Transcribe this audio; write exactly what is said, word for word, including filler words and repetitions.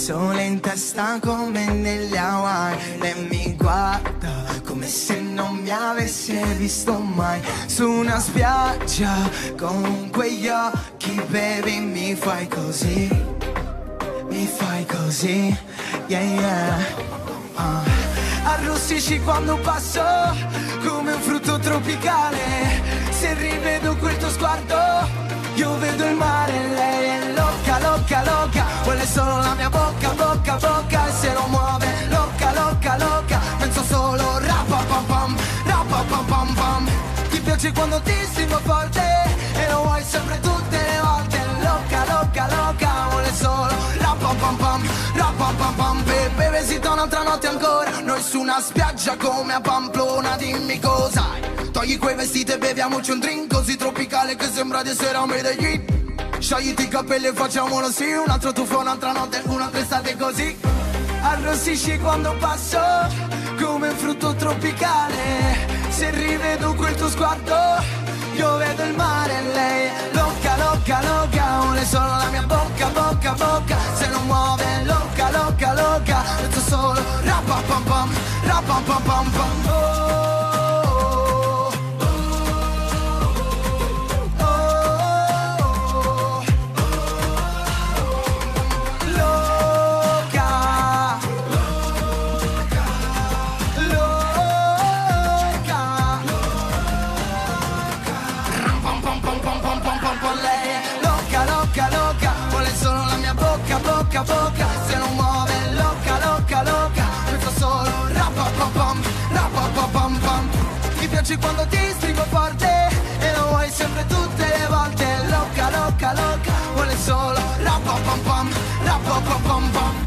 sole in testa come negli Hawaii. Lei mi guarda come se non mi avesse visto mai. Su una spiaggia con quegli occhi, baby, mi fai così, mi fai così, yeah yeah. uh. Arrossisci quando passo come un frutto tropicale. Se rivedo quel tuo sguardo io vedo il mare. Lei è loca, loca, loca, vuole solo la mia bocca, bocca, bocca. E se lo muove, loca, loca, loca, penso solo rapapapam, rapapapam. Ti piace quando ti stimo forte e lo vuoi sempre tutte le volte. Loca, loca, loca, vuole solo rapapapam, rapapapam. Bebe, vesita un'altra notte ancora, noi su una spiaggia come a Pamplona. Dimmi cosa hai, togli quei vestiti e beviamoci un drink così tropicale che sembra di essere a Medellin. Sciogliti i capelli e facciamolo sì, un altro tuffo, un'altra notte, un'altra estate così. Arrossisci quando passo come un frutto tropicale. Se rivedo quel tuo sguardo io vedo il mare. Lei è loca, loca, loca, vuole solo la mia bocca, bocca, bocca. Se non muove, loca, loca, loca, penso solo rapapapam, rapapapam, pam. Oh. Bocca, bocca, se non muove, loca, loca, loca, penso solo rapapapam, rapapapam, pam. Ti piace quando ti stringo forte e lo vuoi sempre tutte le volte. Loca, loca, loca, vuole solo rapapapam, rapapapam, pam.